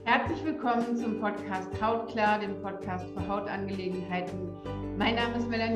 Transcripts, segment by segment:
Herzlich willkommen zum Podcast Hautklar, dem Podcast für Hautangelegenheiten. Mein Name ist Melanie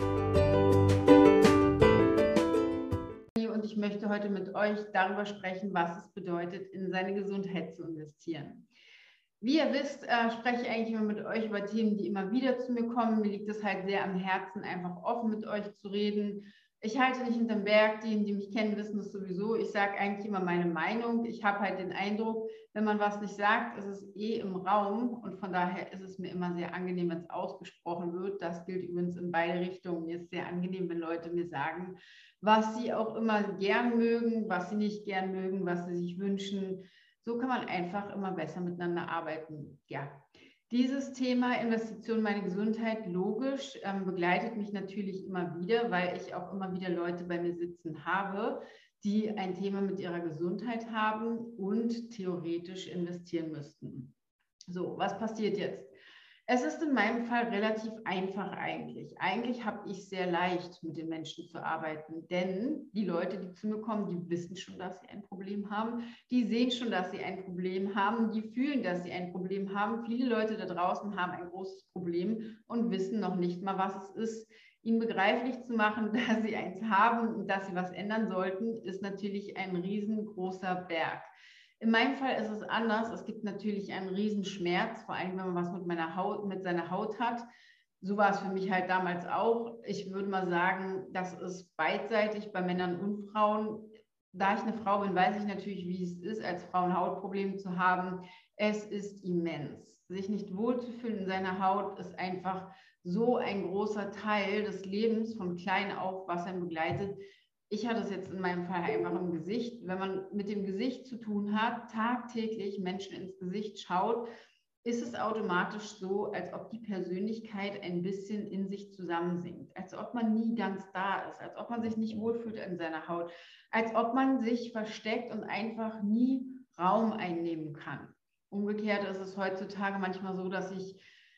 und ich möchte heute mit euch darüber sprechen, was es bedeutet, in seine Gesundheit zu investieren. Wie ihr wisst, spreche ich eigentlich immer mit euch über Themen, die immer wieder zu mir kommen. Mir liegt es halt sehr am Herzen, einfach offen mit euch zu reden. Ich halte nicht hinterm Berg, die mich kennen, wissen das sowieso. Ich sage eigentlich immer meine Meinung. Ich habe halt den Eindruck, wenn man was nicht sagt, ist es im Raum. Und von daher ist es mir immer sehr angenehm, wenn es ausgesprochen wird. Das gilt übrigens in beide Richtungen. Mir ist sehr angenehm, wenn Leute mir sagen, was sie auch immer gern mögen, was sie nicht gern mögen, was sie sich wünschen. So kann man einfach immer besser miteinander arbeiten. Ja. Dieses Thema Investition in meine Gesundheit, logisch, begleitet mich natürlich immer wieder, weil ich auch immer wieder Leute bei mir sitzen habe, die ein Thema mit ihrer Gesundheit haben und theoretisch investieren müssten. So, was passiert jetzt? Es ist in meinem Fall relativ einfach eigentlich. Eigentlich habe ich sehr leicht, mit den Menschen zu arbeiten, denn die Leute, die zu mir kommen, die wissen schon, dass sie ein Problem haben. Die sehen schon, dass sie ein Problem haben. Die fühlen, dass sie ein Problem haben. Viele Leute da draußen haben ein großes Problem und wissen noch nicht mal, was es ist. Ihnen begreiflich zu machen, dass sie eins haben und dass sie was ändern sollten, ist natürlich ein riesengroßer Berg. In meinem Fall ist es anders. Es gibt natürlich einen Riesenschmerz, vor allem wenn man was mit seiner Haut hat. So war es für mich halt damals auch. Ich würde mal sagen, das ist beidseitig bei Männern und Frauen. Da ich eine Frau bin, weiß ich natürlich, wie es ist, als Frau ein Hautproblem zu haben. Es ist immens. Sich nicht wohlzufühlen in seiner Haut ist einfach so ein großer Teil des Lebens von klein auf, was einen begleitet. Ich hatte es jetzt in meinem Fall einfach im Gesicht. Wenn man mit dem Gesicht zu tun hat, tagtäglich Menschen ins Gesicht schaut, ist es automatisch so, als ob die Persönlichkeit ein bisschen in sich zusammensinkt, als ob man nie ganz da ist, als ob man sich nicht wohlfühlt in seiner Haut, als ob man sich versteckt und einfach nie Raum einnehmen kann. Umgekehrt ist es heutzutage manchmal so, dass ich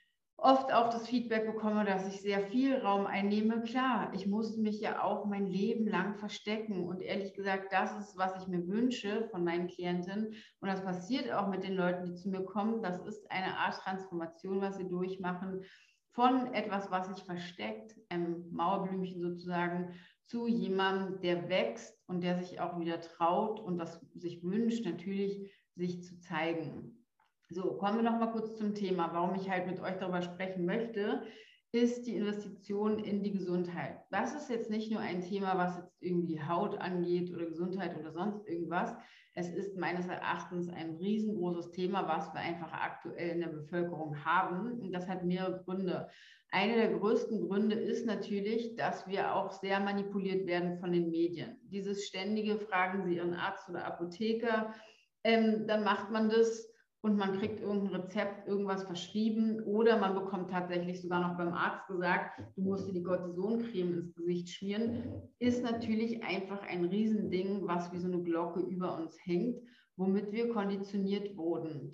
oft auch das Feedback bekomme, dass ich sehr viel Raum einnehme. Klar, ich musste mich ja auch mein Leben lang verstecken. Und ehrlich gesagt, das ist, was ich mir wünsche von meinen Klienten. Und das passiert auch mit den Leuten, die zu mir kommen. Das ist eine Art Transformation, was sie durchmachen, von etwas, was sich versteckt, einem Mauerblümchen sozusagen, zu jemandem, der wächst und der sich auch wieder traut und das sich wünscht, natürlich sich zu zeigen. So, kommen wir noch mal kurz zum Thema. Warum ich halt mit euch darüber sprechen möchte, ist die Investition in die Gesundheit. Das ist jetzt nicht nur ein Thema, was jetzt irgendwie die Haut angeht oder Gesundheit oder sonst irgendwas. Es ist meines Erachtens ein riesengroßes Thema, was wir einfach aktuell in der Bevölkerung haben. Und das hat mehrere Gründe. Einer der größten Gründe ist natürlich, dass wir auch sehr manipuliert werden von den Medien. Dieses ständige, fragen Sie Ihren Arzt oder Apotheker, dann macht man das und man kriegt irgendein Rezept, irgendwas verschrieben oder man bekommt tatsächlich sogar noch beim Arzt gesagt, du musst dir die Cortisoncreme ins Gesicht schmieren, ist natürlich einfach ein Riesending, was wie so eine Glocke über uns hängt, womit wir konditioniert wurden.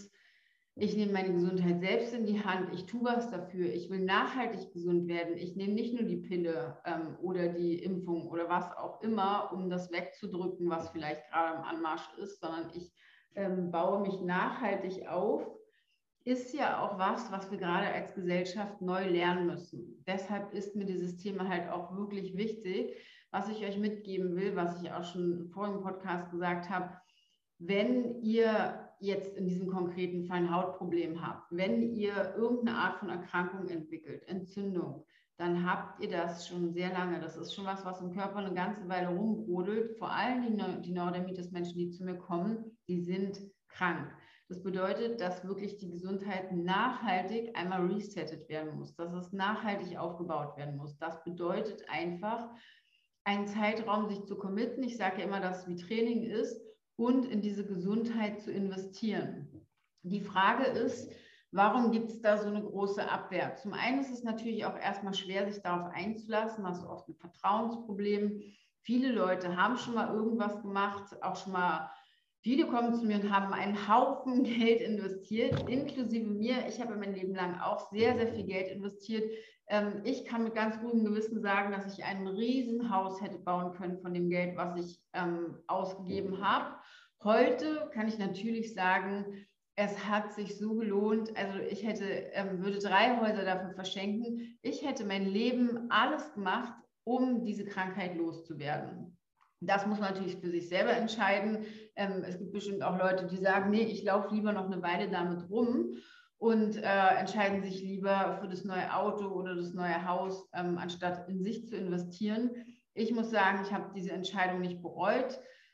Ich nehme meine Gesundheit selbst in die Hand, ich tue was dafür, ich will nachhaltig gesund werden, ich nehme nicht nur die Pille oder die Impfung oder was auch immer, um das wegzudrücken, was vielleicht gerade am Anmarsch ist, sondern ich baue mich nachhaltig auf, ist ja auch was wir gerade als Gesellschaft neu lernen müssen. Deshalb ist mir dieses Thema halt auch wirklich wichtig. Was ich euch mitgeben will, was ich auch schon im vorigen Podcast gesagt habe, wenn ihr jetzt in diesem konkreten Fall ein Hautproblem habt, wenn ihr irgendeine Art von Erkrankung entwickelt, Entzündung, dann habt ihr das schon sehr lange. Das ist schon was im Körper eine ganze Weile rumbrodelt. Vor allem die Neurodermitis-Menschen, die zu mir kommen, die sind krank. Das bedeutet, dass wirklich die Gesundheit nachhaltig einmal resettet werden muss, dass es nachhaltig aufgebaut werden muss. Das bedeutet einfach, einen Zeitraum sich zu committen. Ich sage ja immer, dass es wie Training ist und in diese Gesundheit zu investieren. Die Frage ist, warum gibt es da so eine große Abwehr? Zum einen ist es natürlich auch erstmal schwer, sich darauf einzulassen, das ist oft ein Vertrauensproblem. Viele Leute haben schon mal irgendwas gemacht, auch schon mal, viele kommen zu mir und haben einen Haufen Geld investiert, inklusive mir. Ich habe mein Leben lang auch sehr, sehr viel Geld investiert. Ich kann mit ganz gutem Gewissen sagen, dass ich ein Riesenhaus hätte bauen können von dem Geld, was ich ausgegeben habe. Heute kann ich natürlich sagen, es hat sich so gelohnt. Also ich würde 3 Häuser dafür verschenken. Ich hätte mein Leben alles gemacht, um diese Krankheit loszuwerden. Das muss man natürlich für sich selber entscheiden. Es gibt bestimmt auch Leute, die sagen, nee, ich laufe lieber noch eine Weile damit rum und entscheiden sich lieber für das neue Auto oder das neue Haus, anstatt in sich zu investieren. Ich muss sagen, ich habe diese Entscheidung nicht bereut.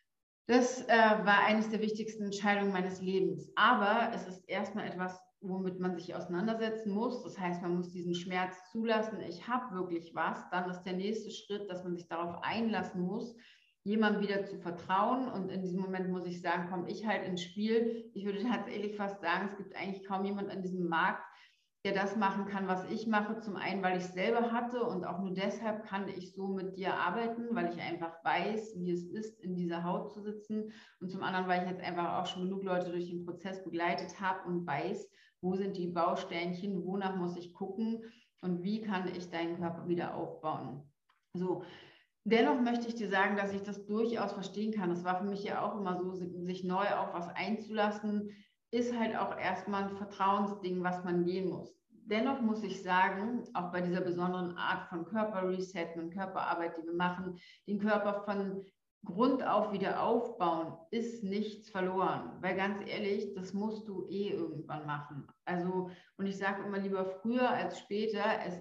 Das war eines der wichtigsten Entscheidungen meines Lebens. Aber es ist erstmal etwas, womit man sich auseinandersetzen muss. Das heißt, man muss diesen Schmerz zulassen. Ich habe wirklich was. Dann ist der nächste Schritt, dass man sich darauf einlassen muss, jemandem wieder zu vertrauen. Und in diesem Moment muss ich sagen, komme ich halt ins Spiel. Ich würde tatsächlich fast sagen, es gibt eigentlich kaum jemand an diesem Markt, der das machen kann, was ich mache. Zum einen, weil ich es selber hatte und auch nur deshalb kann ich so mit dir arbeiten, weil ich einfach weiß, wie es ist, in dieser Haut zu sitzen. Und zum anderen, weil ich jetzt einfach auch schon genug Leute durch den Prozess begleitet habe und weiß, wo sind die Baustellchen, wonach muss ich gucken und wie kann ich deinen Körper wieder aufbauen. So. Dennoch möchte ich dir sagen, dass ich das durchaus verstehen kann. Es war für mich ja auch immer so, sich neu auf was einzulassen, ist halt auch erstmal ein Vertrauensding, was man gehen muss. Dennoch muss ich sagen, auch bei dieser besonderen Art von Körperreset und Körperarbeit, die wir machen, den Körper von Grund auf wieder aufbauen, ist nichts verloren. Weil ganz ehrlich, das musst du irgendwann machen. Also, und ich sage immer lieber früher als später,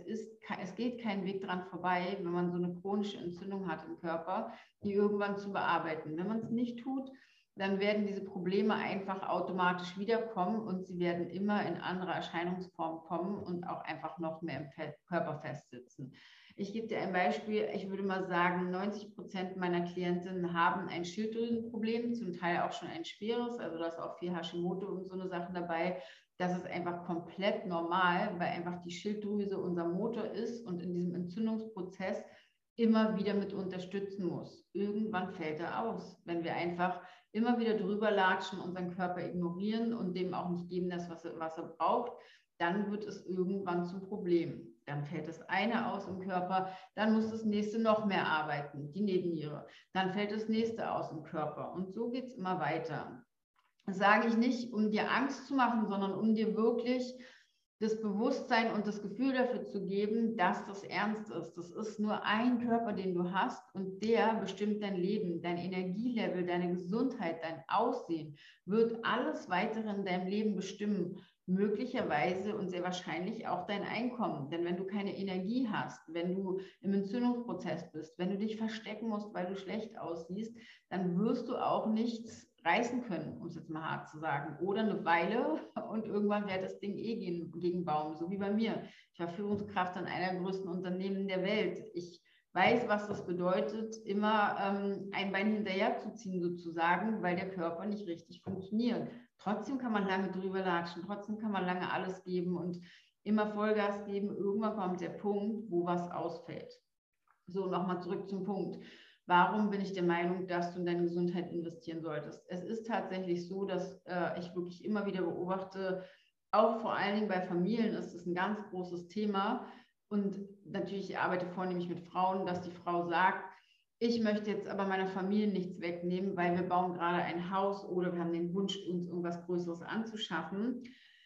es geht kein Weg dran vorbei, wenn man so eine chronische Entzündung hat im Körper, die irgendwann zu bearbeiten. Wenn man es nicht tut, dann werden diese Probleme einfach automatisch wiederkommen und sie werden immer in andere Erscheinungsformen kommen und auch einfach noch mehr im Körper festsitzen. Ich gebe dir ein Beispiel. Ich würde mal sagen, 90% meiner Klientinnen haben ein Schilddrüsenproblem, zum Teil auch schon ein schweres. Also da ist auch viel Hashimoto und so eine Sache dabei. Das ist einfach komplett normal, weil einfach die Schilddrüse unser Motor ist und in diesem Entzündungsprozess immer wieder mit unterstützen muss. Irgendwann fällt er aus, wenn wir einfach immer wieder drüber latschen, unseren Körper ignorieren und dem auch nicht geben, das, was er braucht, dann wird es irgendwann zum Problem. Dann fällt das eine aus im Körper, dann muss das nächste noch mehr arbeiten, die Nebenniere. Dann fällt das nächste aus im Körper. Und so geht es immer weiter. Das sage ich nicht, um dir Angst zu machen, sondern um dir wirklich das Bewusstsein und das Gefühl dafür zu geben, dass das ernst ist. Das ist nur ein Körper, den du hast und der bestimmt dein Leben, dein Energielevel, deine Gesundheit, dein Aussehen, wird alles weitere in deinem Leben bestimmen. Möglicherweise und sehr wahrscheinlich auch dein Einkommen. Denn wenn du keine Energie hast, wenn du im Entzündungsprozess bist, wenn du dich verstecken musst, weil du schlecht aussiehst, dann wirst du auch nichts reißen können, um es jetzt mal hart zu sagen. Oder eine Weile und irgendwann wird das Ding gegen Baum, so wie bei mir. Ich war Führungskraft an einer der größten Unternehmen der Welt. Ich weiß, was das bedeutet, immer ein Bein hinterher zu ziehen sozusagen, weil der Körper nicht richtig funktioniert. Trotzdem kann man lange drüber latschen, trotzdem kann man lange alles geben und immer Vollgas geben. Irgendwann kommt der Punkt, wo was ausfällt. So, nochmal zurück zum Punkt. Warum bin ich der Meinung, dass du in deine Gesundheit investieren solltest? Es ist tatsächlich so, dass ich wirklich immer wieder beobachte, auch vor allen Dingen bei Familien ist es ein ganz großes Thema. Und natürlich, ich arbeite vornehmlich mit Frauen, dass die Frau sagt, ich möchte jetzt aber meiner Familie nichts wegnehmen, weil wir bauen gerade ein Haus oder wir haben den Wunsch, uns irgendwas Größeres anzuschaffen.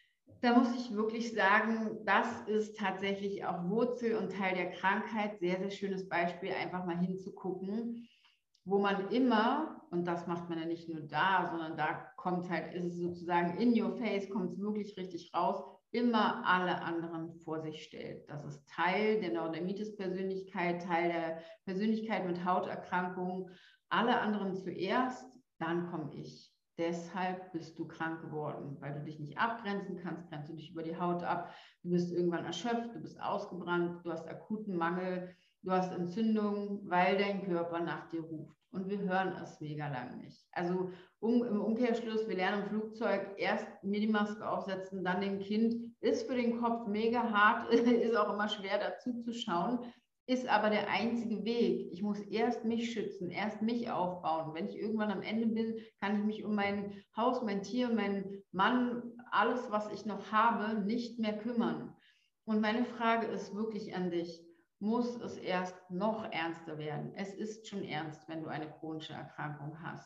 Da muss ich wirklich sagen, das ist tatsächlich auch Wurzel und Teil der Krankheit. Sehr, sehr schönes Beispiel, einfach mal hinzugucken, wo man immer, und das macht man ja nicht nur da, sondern da kommt halt, ist es sozusagen in your face, kommt es wirklich richtig raus, immer alle anderen vor sich stellt. Das ist Teil der Neurodermitis-Persönlichkeit, Teil der Persönlichkeit mit Hauterkrankungen. Alle anderen zuerst, dann komme ich. Deshalb bist du krank geworden, weil du dich nicht abgrenzen kannst, grenzt du dich über die Haut ab, du bist irgendwann erschöpft, du bist ausgebrannt, du hast akuten Mangel, du hast Entzündung, weil dein Körper nach dir ruft. Und wir hören es mega lang nicht. Also im Umkehrschluss, wir lernen im Flugzeug erst mir die Maske aufsetzen, dann dem Kind. Ist für den Kopf mega hart, ist auch immer schwer dazu zu schauen, ist aber der einzige Weg. Ich muss erst mich schützen, erst mich aufbauen. Wenn ich irgendwann am Ende bin, kann ich mich um mein Haus, mein Tier, meinen Mann, alles, was ich noch habe, nicht mehr kümmern. Und meine Frage ist wirklich an dich. Muss es erst noch ernster werden? Es ist schon ernst, wenn du eine chronische Erkrankung hast.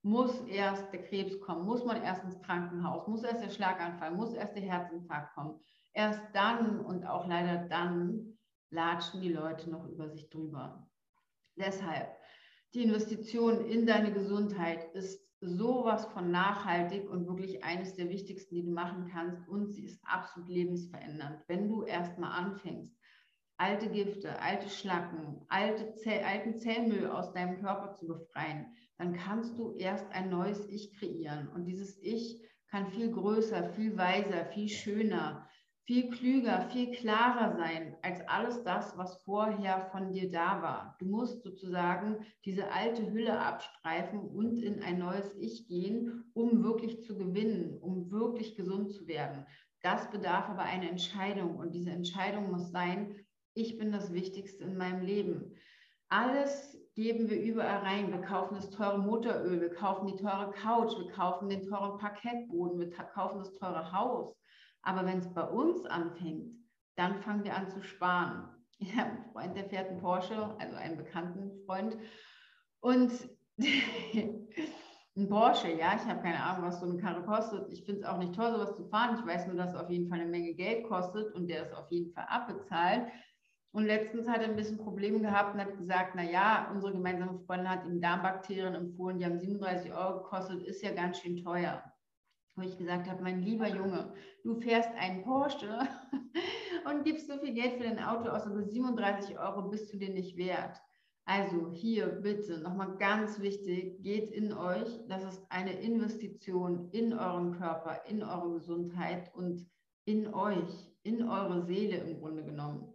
muss erst der Krebs kommen, muss man erst ins Krankenhaus, muss erst der Schlaganfall, muss erst der Herzinfarkt kommen. Erst dann und auch leider dann latschen die Leute noch über sich drüber. Deshalb, die Investition in deine Gesundheit ist sowas von nachhaltig und wirklich eines der wichtigsten, die du machen kannst, und sie ist absolut lebensverändernd. Wenn du erstmal anfängst, alte Gifte, alte Schlacken, alten Zellmüll aus deinem Körper zu befreien, dann kannst du erst ein neues Ich kreieren. Und dieses Ich kann viel größer, viel weiser, viel schöner, viel klüger, viel klarer sein als alles das, was vorher von dir da war. Du musst sozusagen diese alte Hülle abstreifen und in ein neues Ich gehen, um wirklich zu gewinnen, um wirklich gesund zu werden. Das bedarf aber einer Entscheidung, und diese Entscheidung muss sein: Ich bin das Wichtigste in meinem Leben. Alles geben wir überall rein. Wir kaufen das teure Motoröl, wir kaufen die teure Couch, wir kaufen den teuren Parkettboden, wir kaufen das teure Haus. Aber wenn es bei uns anfängt, dann fangen wir an zu sparen. Ich habe einen Freund, der fährt einen Porsche, also einen bekannten Freund. Und ein Porsche, ja, ich habe keine Ahnung, was so eine Karre kostet. Ich finde es auch nicht toll, sowas zu fahren. Ich weiß nur, dass es auf jeden Fall eine Menge Geld kostet und der ist auf jeden Fall abbezahlt. Und letztens hat er ein bisschen Probleme gehabt und hat gesagt, naja, unsere gemeinsame Freundin hat ihm Darmbakterien empfohlen, die haben 37 € gekostet, ist ja ganz schön teuer. Wo ich gesagt habe, mein lieber Junge, du fährst einen Porsche und gibst so viel Geld für dein Auto aus, aber 37 € bist du dir nicht wert. Also hier bitte nochmal ganz wichtig, geht in euch. Das ist eine Investition in euren Körper, in eure Gesundheit und in euch, in eure Seele im Grunde genommen.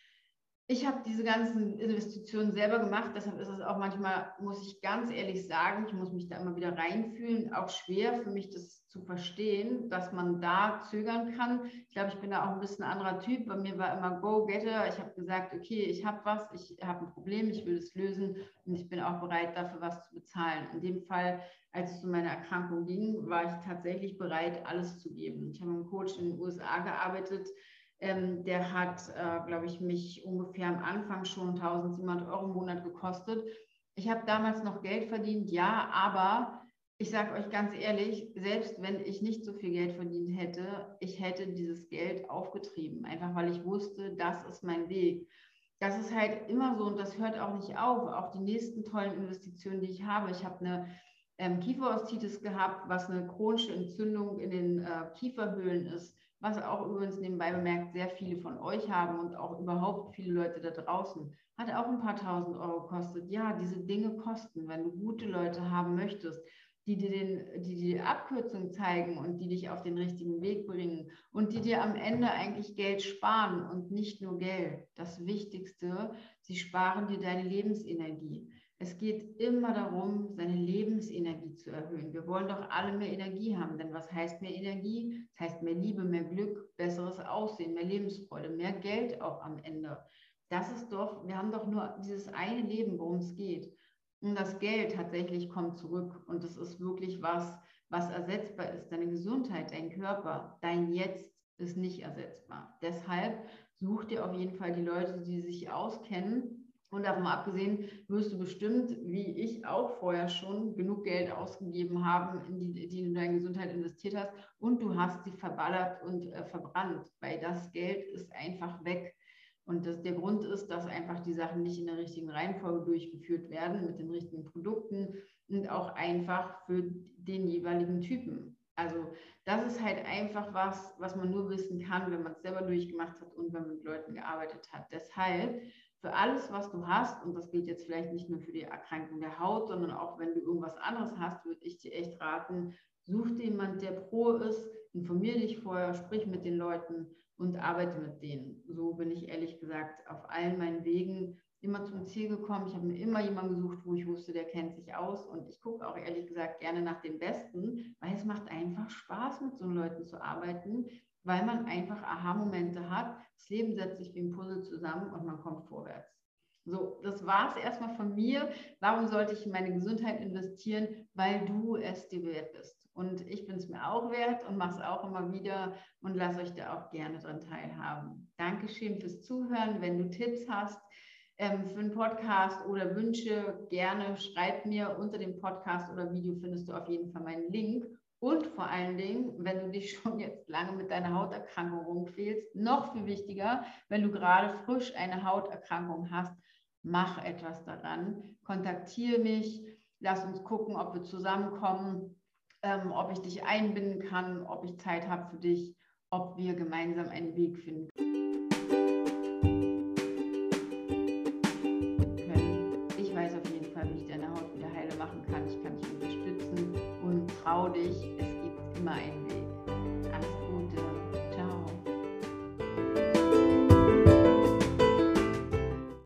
Ich habe diese ganzen Investitionen selber gemacht, deshalb ist es auch manchmal, muss ich ganz ehrlich sagen, ich muss mich da immer wieder reinfühlen, auch schwer für mich das zu verstehen, dass man da zögern kann. Ich glaube, ich bin da auch ein bisschen ein anderer Typ. Bei mir war immer Go-Getter. Ich habe gesagt, okay, ich habe was, ich habe ein Problem, ich will es lösen und ich bin auch bereit, dafür was zu bezahlen. In dem Fall, als es um meine Erkrankung ging, war ich tatsächlich bereit, alles zu geben. Ich habe mit einem Coach in den USA gearbeitet. Der hat, glaube ich, mich ungefähr am Anfang schon 1.700 € im Monat gekostet. Ich habe damals noch Geld verdient, ja, aber ich sage euch ganz ehrlich, selbst wenn ich nicht so viel Geld verdient hätte, ich hätte dieses Geld aufgetrieben, einfach weil ich wusste, das ist mein Weg. Das ist halt immer so und das hört auch nicht auf. Auch die nächsten tollen Investitionen, die ich habe. Ich habe eine Kieferostitis gehabt, was eine chronische Entzündung in den Kieferhöhlen ist, was auch übrigens nebenbei bemerkt sehr viele von euch haben und auch überhaupt viele Leute da draußen. Hat auch ein paar 1.000 € gekostet. Ja, diese Dinge kosten, wenn du gute Leute haben möchtest, die dir die Abkürzung zeigen und die dich auf den richtigen Weg bringen und die dir am Ende eigentlich Geld sparen und nicht nur Geld. Das Wichtigste, sie sparen dir deine Lebensenergie. Es geht immer darum, seine Lebensenergie zu erhöhen. Wir wollen doch alle mehr Energie haben, denn was heißt mehr Energie? Das heißt mehr Liebe, mehr Glück, besseres Aussehen, mehr Lebensfreude, mehr Geld auch am Ende. Das ist doch, wir haben doch nur dieses eine Leben, worum es geht. Und das Geld tatsächlich kommt zurück und das ist wirklich was ersetzbar ist. Deine Gesundheit, dein Körper, dein Jetzt ist nicht ersetzbar. Deshalb such dir auf jeden Fall die Leute, die sich auskennen. Und davon abgesehen wirst du bestimmt, wie ich auch vorher schon, genug Geld ausgegeben haben, die du in deine Gesundheit investiert hast. Und du hast sie verballert und verbrannt, weil das Geld ist einfach weg. Und der Grund ist, dass einfach die Sachen nicht in der richtigen Reihenfolge durchgeführt werden, mit den richtigen Produkten und auch einfach für den jeweiligen Typen. Also das ist halt einfach was man nur wissen kann, wenn man es selber durchgemacht hat und wenn man mit Leuten gearbeitet hat. Deshalb für alles, was du hast, und das gilt jetzt vielleicht nicht nur für die Erkrankung der Haut, sondern auch wenn du irgendwas anderes hast, würde ich dir echt raten, such dir jemanden, der pro ist, informiere dich vorher, sprich mit den Leuten und arbeite mit denen. So bin ich ehrlich gesagt auf allen meinen Wegen immer zum Ziel gekommen. Ich habe mir immer jemanden gesucht, wo ich wusste, der kennt sich aus, und ich gucke auch ehrlich gesagt gerne nach den Besten, weil es macht einfach Spaß, mit so Leuten zu arbeiten, weil man einfach Aha-Momente hat. Das Leben setzt sich wie ein Puzzle zusammen und man kommt vorwärts. So, das war es erstmal von mir. Warum sollte ich in meine Gesundheit investieren? Weil du es dir wert bist. Und ich bin es mir auch wert und mache es auch immer wieder und lasse euch da auch gerne dran teilhaben. Dankeschön fürs Zuhören. Wenn du Tipps hast, für einen Podcast oder Wünsche, gerne schreib mir unter dem Podcast oder Video, findest du auf jeden Fall meinen Link. Und vor allen Dingen, wenn du dich schon jetzt lange mit deiner Hauterkrankung rumquälst, noch viel wichtiger, wenn du gerade frisch eine Hauterkrankung hast, mach etwas daran. Kontaktiere mich, lass uns gucken, ob wir zusammenkommen, ob ich dich einbinden kann, ob ich Zeit habe für dich, ob wir gemeinsam einen Weg finden können. Ich weiß auf jeden Fall, wie ich deine Haut wieder heile machen kann. Ich kann dich unterstützen und trau dich, es gibt immer einen Weg.